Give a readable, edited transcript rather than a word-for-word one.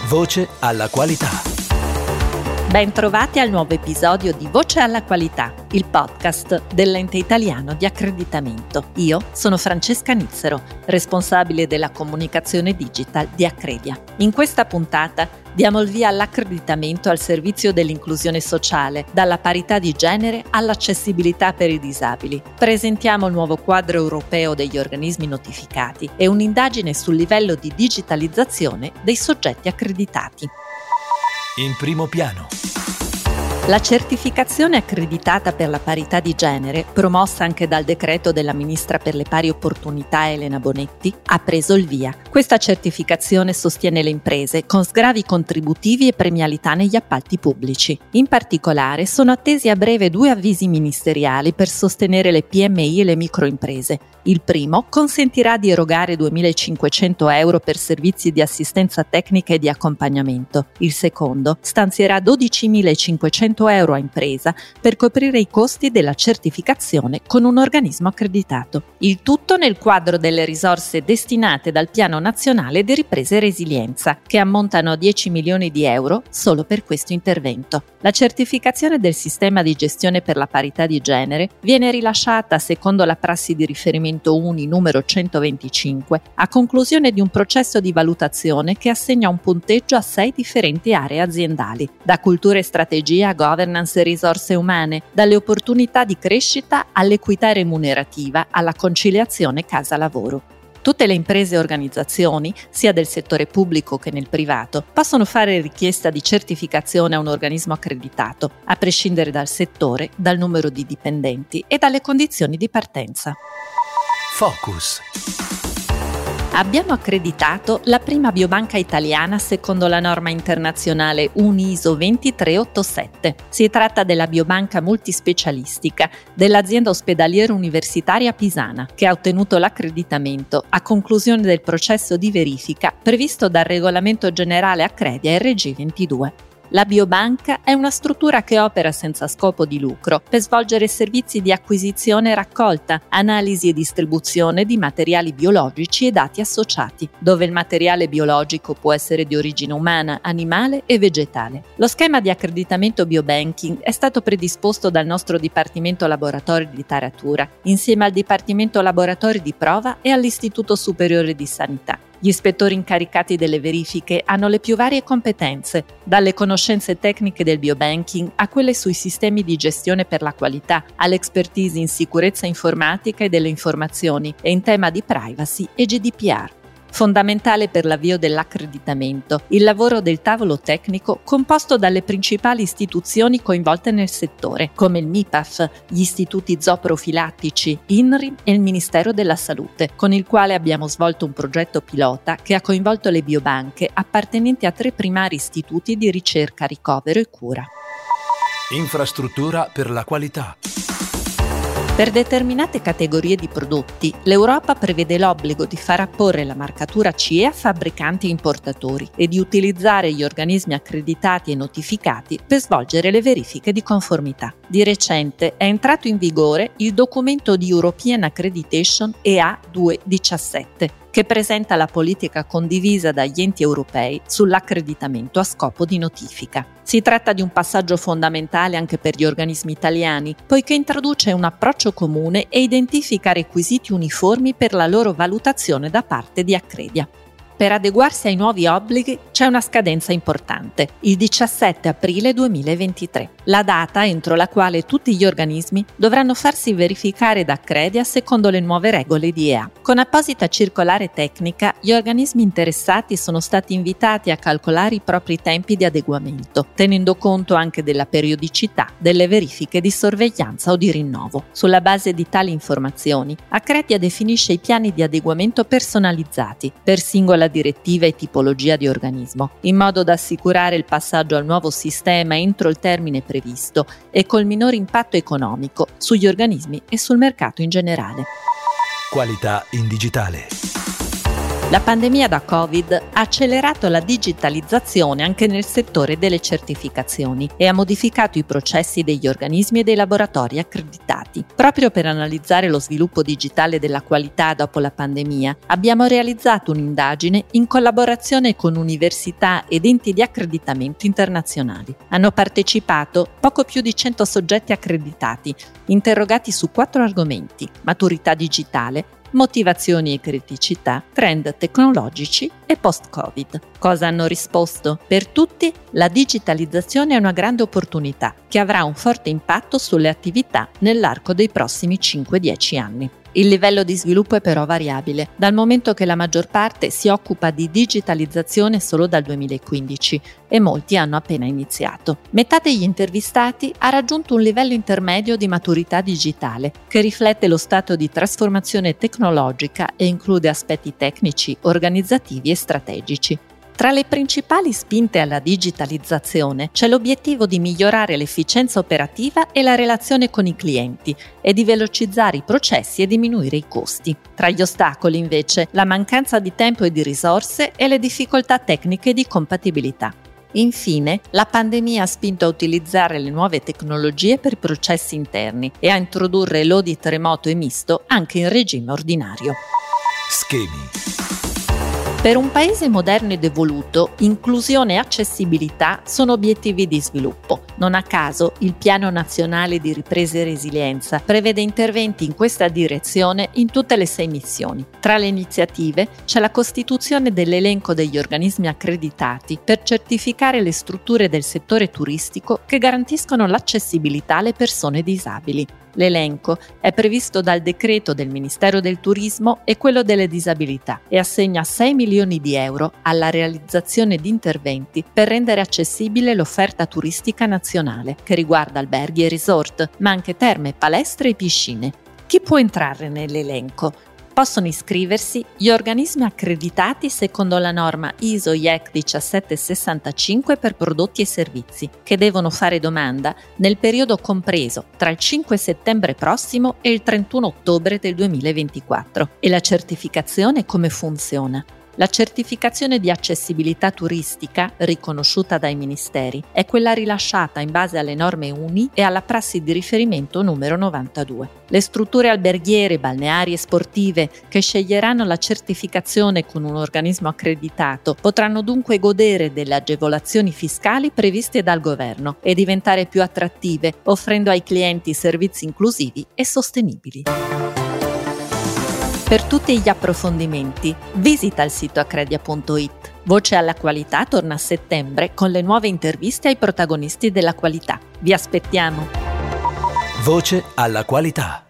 Voce alla qualità. Ben trovati al nuovo episodio di Voce alla qualità, il podcast dell'ente italiano di accreditamento. Io sono Francesca Nizzero, responsabile della comunicazione digital di Accredia. In questa puntata diamo il via all'accreditamento al servizio dell'inclusione sociale, dalla parità di genere all'accessibilità per i disabili. Presentiamo il nuovo quadro europeo degli organismi notificati e un'indagine sul livello di digitalizzazione dei soggetti accreditati. In primo piano. La certificazione accreditata per la parità di genere, promossa anche dal decreto della Ministra per le pari opportunità Elena Bonetti, ha preso il via. Questa certificazione sostiene le imprese con sgravi contributivi e premialità negli appalti pubblici. In particolare sono attesi a breve 2 avvisi ministeriali per sostenere le PMI e le microimprese. Il primo consentirà di erogare 2.500 euro per servizi di assistenza tecnica e di accompagnamento. Il secondo stanzierà 12.500 euro a impresa per coprire i costi della certificazione con un organismo accreditato. Il tutto nel quadro delle risorse destinate dal Piano Nazionale di Ripresa e Resilienza, che ammontano a 10 milioni di euro solo per questo intervento. La certificazione del sistema di gestione per la parità di genere viene rilasciata secondo la prassi di riferimento UNI numero 125 a conclusione di un processo di valutazione che assegna un punteggio a 6 differenti aree aziendali, da cultura e strategia, governance e risorse umane, dalle opportunità di crescita all'equità remunerativa, alla conciliazione casa-lavoro. Tutte le imprese e organizzazioni, sia del settore pubblico che nel privato, possono fare richiesta di certificazione a un organismo accreditato, a prescindere dal settore, dal numero di dipendenti e dalle condizioni di partenza. Focus. Abbiamo accreditato la prima biobanca italiana secondo la norma internazionale UNISO 2387. Si tratta della biobanca multispecialistica dell'azienda ospedaliera universitaria pisana, che ha ottenuto l'accreditamento a conclusione del processo di verifica previsto dal Regolamento Generale Accredia RG 22. La biobanca è una struttura che opera senza scopo di lucro per svolgere servizi di acquisizione e raccolta, analisi e distribuzione di materiali biologici e dati associati, dove il materiale biologico può essere di origine umana, animale e vegetale. Lo schema di accreditamento biobanking è stato predisposto dal nostro Dipartimento Laboratori di Taratura, insieme al Dipartimento Laboratori di Prova e all'Istituto Superiore di Sanità. Gli ispettori incaricati delle verifiche hanno le più varie competenze, dalle conoscenze tecniche del biobanking a quelle sui sistemi di gestione per la qualità, all'expertise in sicurezza informatica e delle informazioni e in tema di privacy e GDPR. Fondamentale per l'avvio dell'accreditamento il lavoro del tavolo tecnico composto dalle principali istituzioni coinvolte nel settore, come il MIPAF, gli istituti zooprofilattici, INRI e il Ministero della Salute, con il quale abbiamo svolto un progetto pilota che ha coinvolto le biobanche appartenenti a 3 primari istituti di ricerca, ricovero e cura. Infrastruttura per la qualità. Per determinate categorie di prodotti, l'Europa prevede l'obbligo di far apporre la marcatura CE a fabbricanti e importatori e di utilizzare gli organismi accreditati e notificati per svolgere le verifiche di conformità. Di recente è entrato in vigore il documento di European Accreditation EA217, che presenta la politica condivisa dagli enti europei sull'accreditamento a scopo di notifica. Si tratta di un passaggio fondamentale anche per gli organismi italiani, poiché introduce un approccio comune e identifica requisiti uniformi per la loro valutazione da parte di Accredia. Per adeguarsi ai nuovi obblighi c'è una scadenza importante, il 17 aprile 2023, la data entro la quale tutti gli organismi dovranno farsi verificare da Accredia secondo le nuove regole di EA. Con apposita circolare tecnica, gli organismi interessati sono stati invitati a calcolare i propri tempi di adeguamento, tenendo conto anche della periodicità delle verifiche di sorveglianza o di rinnovo. Sulla base di tali informazioni, Accredia definisce i piani di adeguamento personalizzati per singola direttiva e tipologia di organismo, in modo da assicurare il passaggio al nuovo sistema entro il termine previsto e col minor impatto economico sugli organismi e sul mercato in generale. Qualità in digitale. La pandemia da Covid ha accelerato la digitalizzazione anche nel settore delle certificazioni e ha modificato i processi degli organismi e dei laboratori accreditati. Proprio per analizzare lo sviluppo digitale della qualità dopo la pandemia, abbiamo realizzato un'indagine in collaborazione con università ed enti di accreditamento internazionali. Hanno partecipato poco più di 100 soggetti accreditati, interrogati su 4 argomenti: maturità digitale, motivazioni e criticità, trend tecnologici e post-Covid. Cosa hanno risposto? Per tutti, la digitalizzazione è una grande opportunità che avrà un forte impatto sulle attività nell'arco dei prossimi 5-10 anni. Il livello di sviluppo è però variabile, dal momento che la maggior parte si occupa di digitalizzazione solo dal 2015 e molti hanno appena iniziato. Metà degli intervistati ha raggiunto un livello intermedio di maturità digitale, che riflette lo stato di trasformazione tecnologica e include aspetti tecnici, organizzativi e strategici. Tra le principali spinte alla digitalizzazione c'è l'obiettivo di migliorare l'efficienza operativa e la relazione con i clienti e di velocizzare i processi e diminuire i costi. Tra gli ostacoli, invece, la mancanza di tempo e di risorse e le difficoltà tecniche di compatibilità. Infine, la pandemia ha spinto a utilizzare le nuove tecnologie per i processi interni e a introdurre l'audit remoto e misto anche in regime ordinario. Schemi. Per un paese moderno ed evoluto, inclusione e accessibilità sono obiettivi di sviluppo. Non a caso, il Piano Nazionale di Ripresa e Resilienza prevede interventi in questa direzione in tutte le 6 missioni. Tra le iniziative c'è la costituzione dell'elenco degli organismi accreditati per certificare le strutture del settore turistico che garantiscono l'accessibilità alle persone disabili. L'elenco è previsto dal decreto del Ministero del Turismo e quello delle disabilità e assegna 6 milioni di euro alla realizzazione di interventi per rendere accessibile l'offerta turistica nazionale, che riguarda alberghi e resort, ma anche terme, palestre e piscine. Chi può entrare nell'elenco? Possono iscriversi gli organismi accreditati secondo la norma ISO/IEC 1765 per prodotti e servizi, che devono fare domanda nel periodo compreso tra il 5 settembre prossimo e il 31 ottobre del 2024. E la certificazione come funziona? La certificazione di accessibilità turistica, riconosciuta dai ministeri, è quella rilasciata in base alle norme UNI e alla prassi di riferimento numero 92. Le strutture alberghiere, balneari e sportive che sceglieranno la certificazione con un organismo accreditato potranno dunque godere delle agevolazioni fiscali previste dal governo e diventare più attrattive, offrendo ai clienti servizi inclusivi e sostenibili. Per tutti gli approfondimenti, visita il sito accredia.it. Voce alla Qualità torna a settembre con le nuove interviste ai protagonisti della qualità. Vi aspettiamo! Voce alla Qualità.